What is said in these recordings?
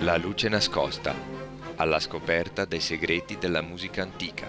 La luce nascosta, alla scoperta dei segreti della musica antica.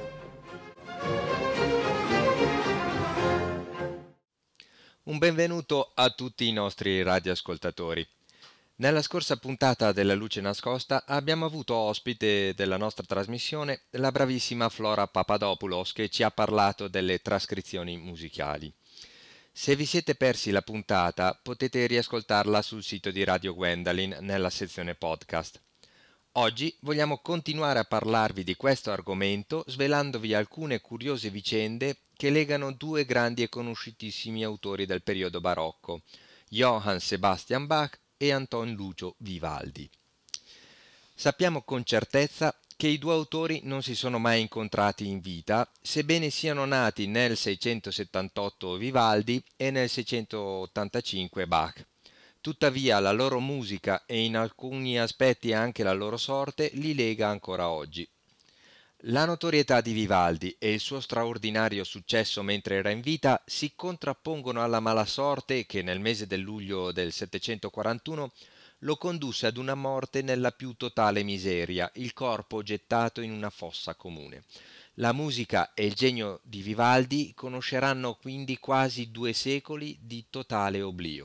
Un benvenuto a tutti i nostri radioascoltatori. Nella scorsa puntata della luce nascosta abbiamo avuto ospite della nostra trasmissione la bravissima Flora Papadopoulos, che ci ha parlato delle trascrizioni musicali. Se vi siete persi la puntata, potete riascoltarla sul sito di Radio Gwendolyn nella sezione podcast. Oggi vogliamo continuare a parlarvi di questo argomento svelandovi alcune curiose vicende che legano due grandi e conosciutissimi autori del periodo barocco, Johann Sebastian Bach e Anton Lucio Vivaldi. Sappiamo con certezza che i due autori non si sono mai incontrati in vita, sebbene siano nati nel 678 Vivaldi e nel 685 Bach. Tuttavia la loro musica e in alcuni aspetti anche la loro sorte li lega ancora oggi. La notorietà di Vivaldi e il suo straordinario successo mentre era in vita si contrappongono alla mala sorte che nel mese del luglio del 741 lo condusse ad una morte nella più totale miseria, il corpo gettato in una fossa comune. La musica e il genio di Vivaldi conosceranno quindi quasi 2 secoli di totale oblio.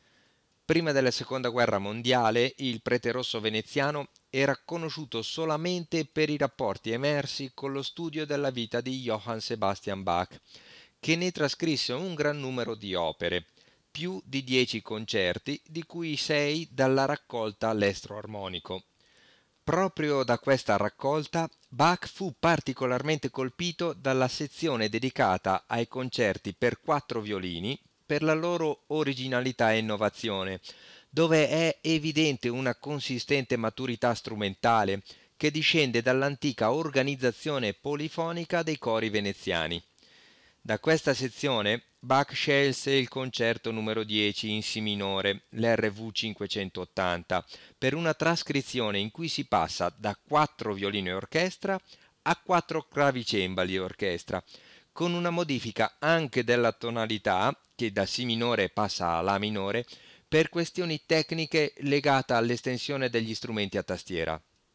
Prima della Seconda Guerra Mondiale, il prete rosso veneziano era conosciuto solamente per i rapporti emersi con lo studio della vita di Johann Sebastian Bach, che ne trascrisse un gran numero di opere, più di 10 concerti, di cui 6 dalla raccolta L'estro armonico. Proprio da questa raccolta Bach fu particolarmente colpito dalla sezione dedicata ai concerti per 4 violini per la loro originalità e innovazione, dove è evidente una consistente maturità strumentale che discende dall'antica organizzazione polifonica dei cori veneziani. Da questa sezione Bach scelse il concerto numero 10 in Si minore, l'RV 580, per una trascrizione in cui si passa da 4 violini e orchestra a 4 clavicembali e orchestra, con una modifica anche della tonalità, che da Si minore passa a La minore, per questioni tecniche legate all'estensione degli strumenti a tastiera.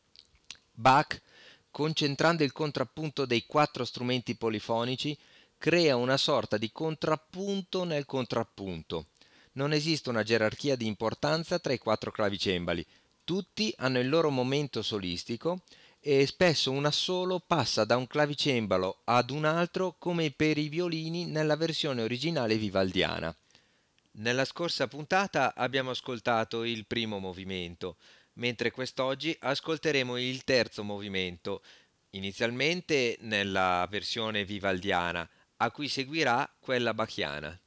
Bach, concentrando il contrappunto dei 4 strumenti polifonici, crea una sorta di contrappunto nel contrappunto. Non esiste una gerarchia di importanza tra i 4 clavicembali, tutti hanno il loro momento solistico e spesso un assolo passa da un clavicembalo ad un altro come per i violini nella versione originale vivaldiana. Nella scorsa puntata abbiamo ascoltato il primo movimento, mentre quest'oggi ascolteremo il terzo movimento, inizialmente nella versione vivaldiana, a cui seguirà quella bachiana.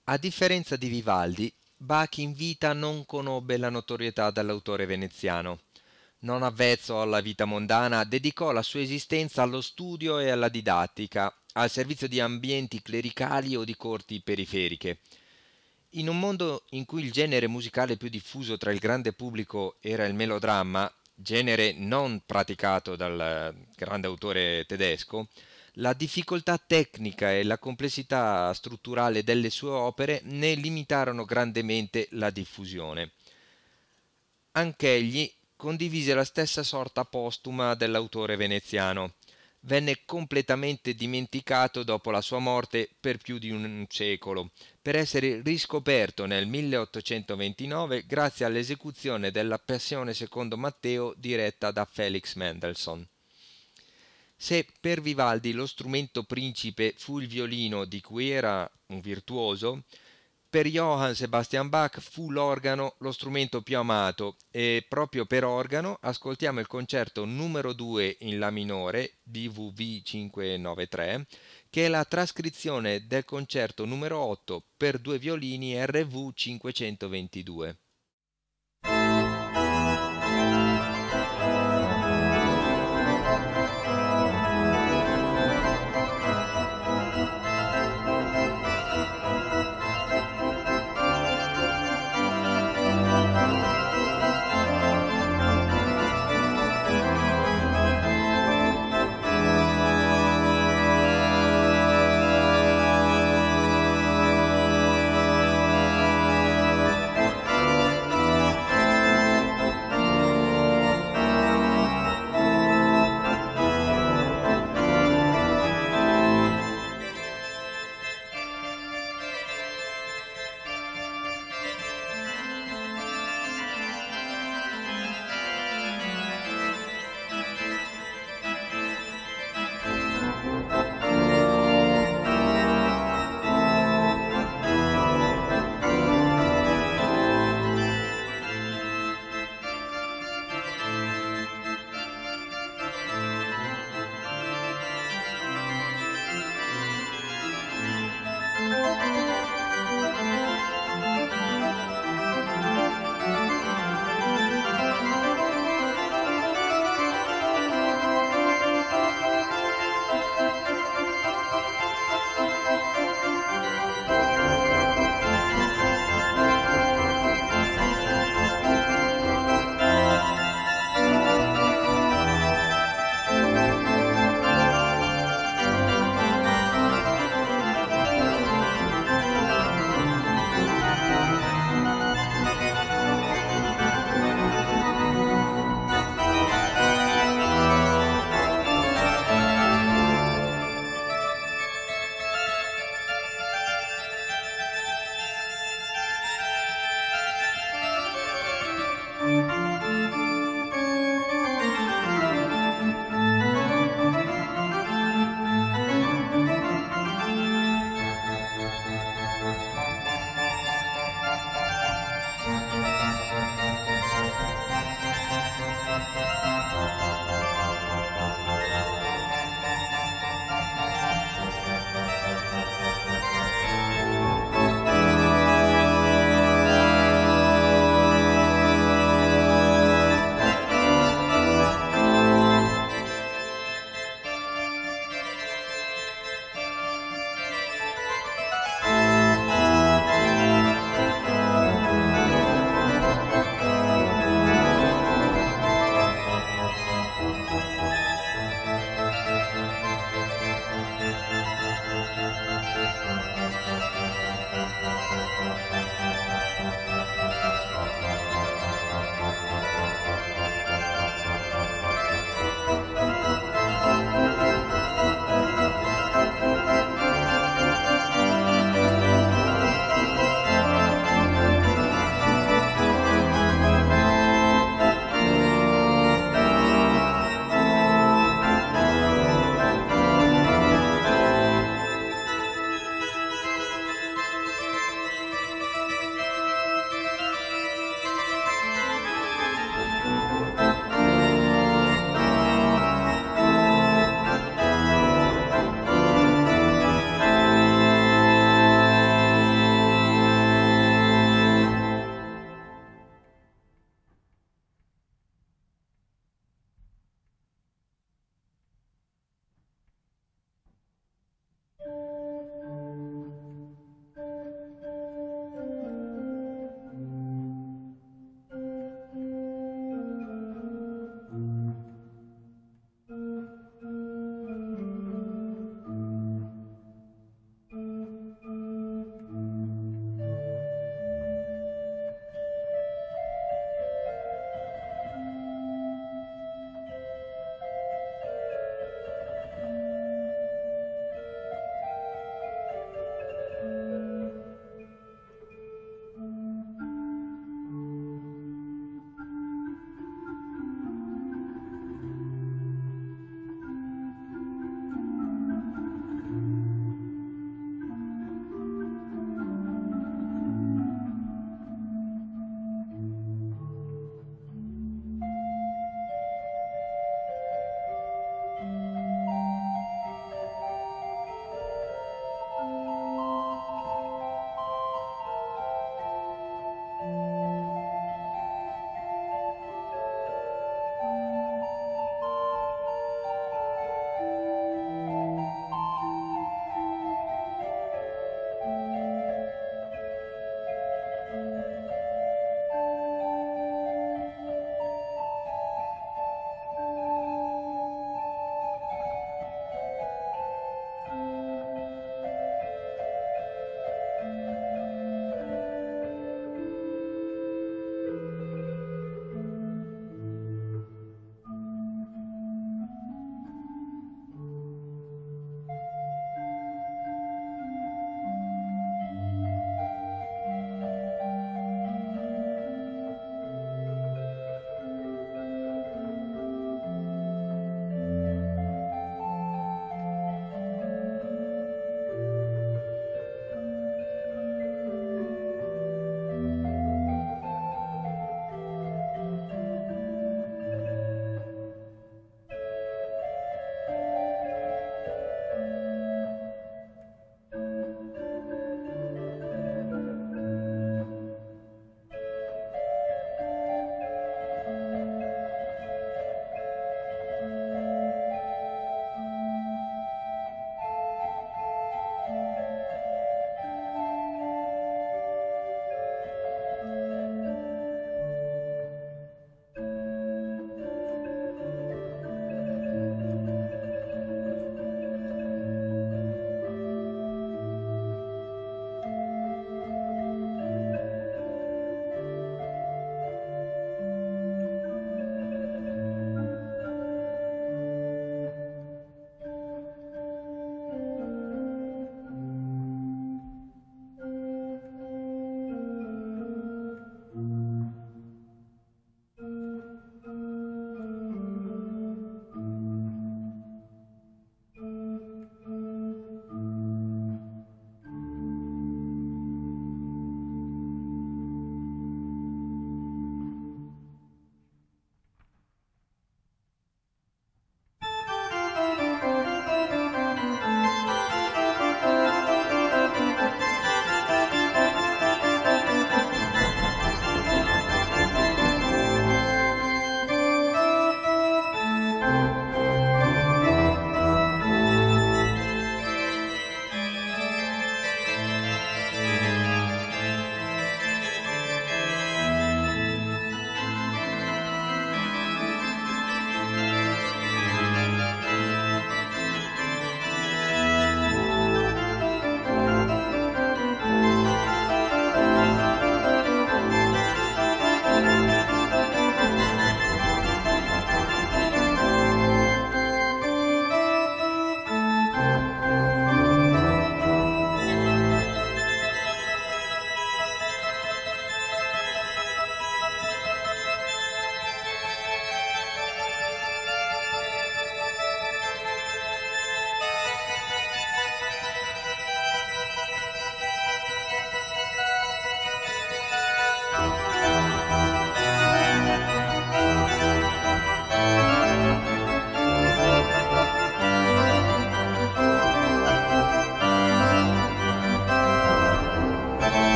A differenza di Vivaldi, Bach in vita non conobbe la notorietà dell'autore veneziano. Non avvezzo alla vita mondana, dedicò la sua esistenza allo studio e alla didattica, al servizio di ambienti clericali o di corti periferiche. In un mondo in cui il genere musicale più diffuso tra il grande pubblico era il melodramma, genere non praticato dal grande autore tedesco, la difficoltà tecnica e la complessità strutturale delle sue opere ne limitarono grandemente la diffusione. Anch'egli condivise la stessa sorta postuma dell'autore veneziano. Venne completamente dimenticato dopo la sua morte per più di un secolo, per essere riscoperto nel 1829 grazie all'esecuzione della Passione secondo Matteo diretta da Felix Mendelssohn. Se per Vivaldi lo strumento principe fu il violino di cui era un virtuoso, per Johann Sebastian Bach fu l'organo lo strumento più amato e proprio per organo ascoltiamo il concerto numero 2 in La minore DVV 593, che è la trascrizione del concerto numero 8 per due violini RV 522.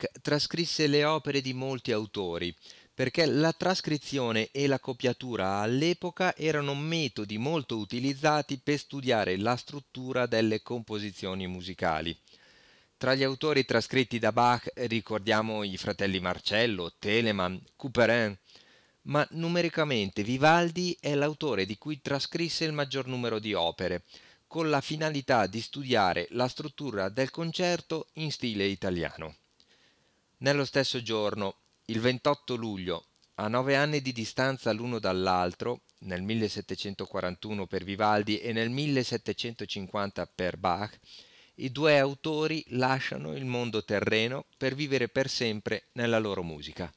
Bach trascrisse le opere di molti autori, perché la trascrizione e la copiatura all'epoca erano metodi molto utilizzati per studiare la struttura delle composizioni musicali. Tra gli autori trascritti da Bach ricordiamo i fratelli Marcello, Telemann, Couperin, ma numericamente Vivaldi è l'autore di cui trascrisse il maggior numero di opere, con la finalità di studiare la struttura del concerto in stile italiano. Nello stesso giorno, il 28 luglio, a 9 anni di distanza l'uno dall'altro, nel 1741 per Vivaldi e nel 1750 per Bach, i due autori lasciano il mondo terreno per vivere per sempre nella loro musica.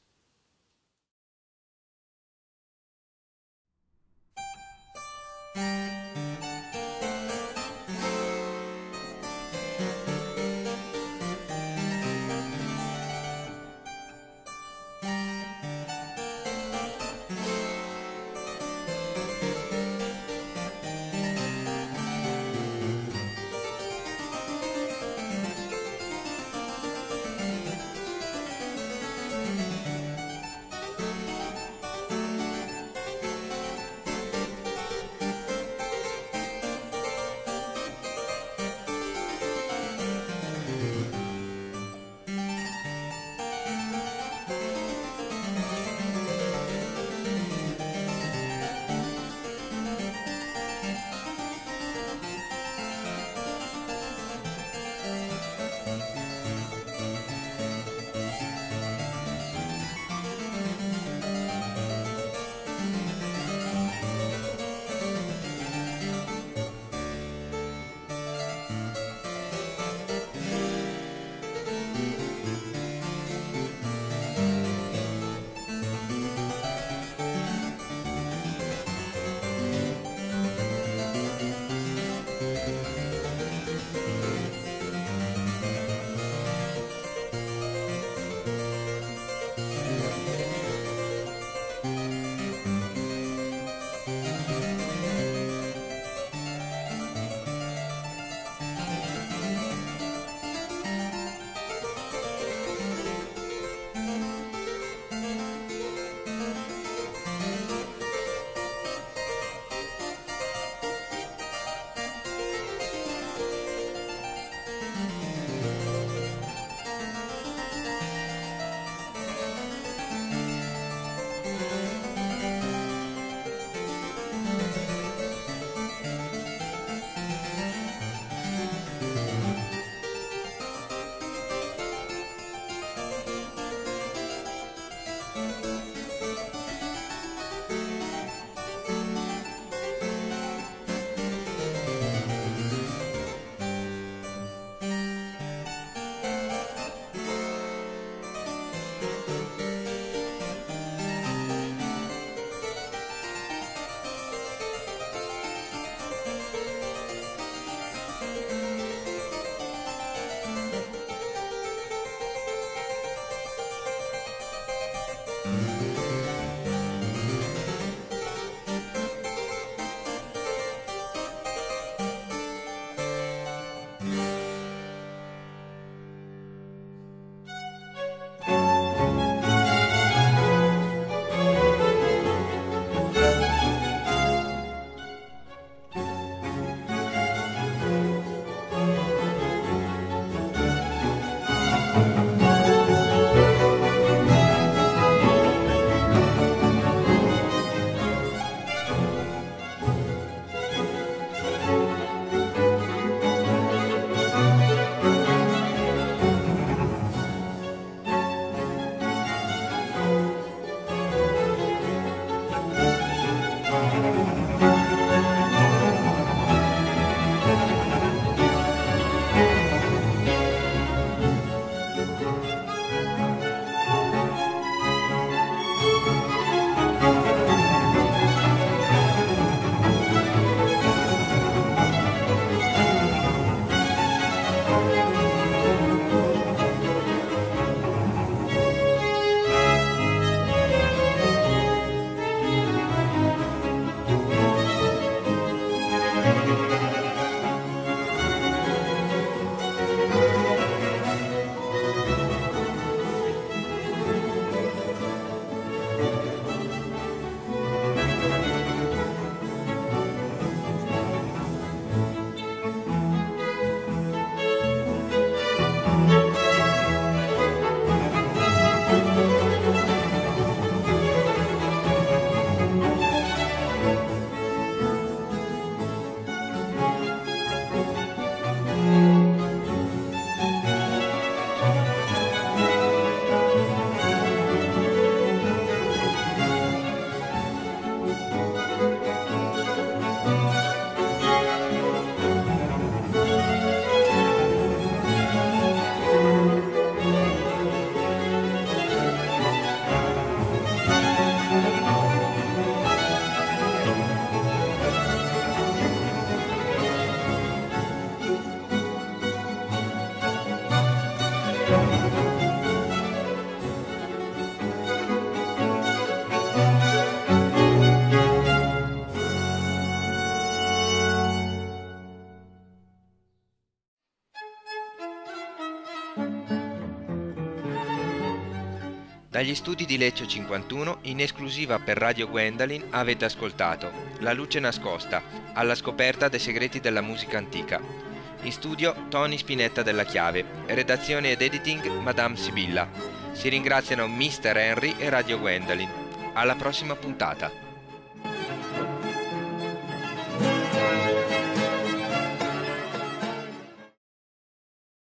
Dagli studi di Lecce 51, in esclusiva per Radio Gwendolyn, avete ascoltato La luce nascosta, alla scoperta dei segreti della musica antica. In studio Tony Spinetta della Chiave, redazione ed editing Madame Sibilla. Si ringraziano Mr. Henry e Radio Gwendolyn. Alla prossima puntata.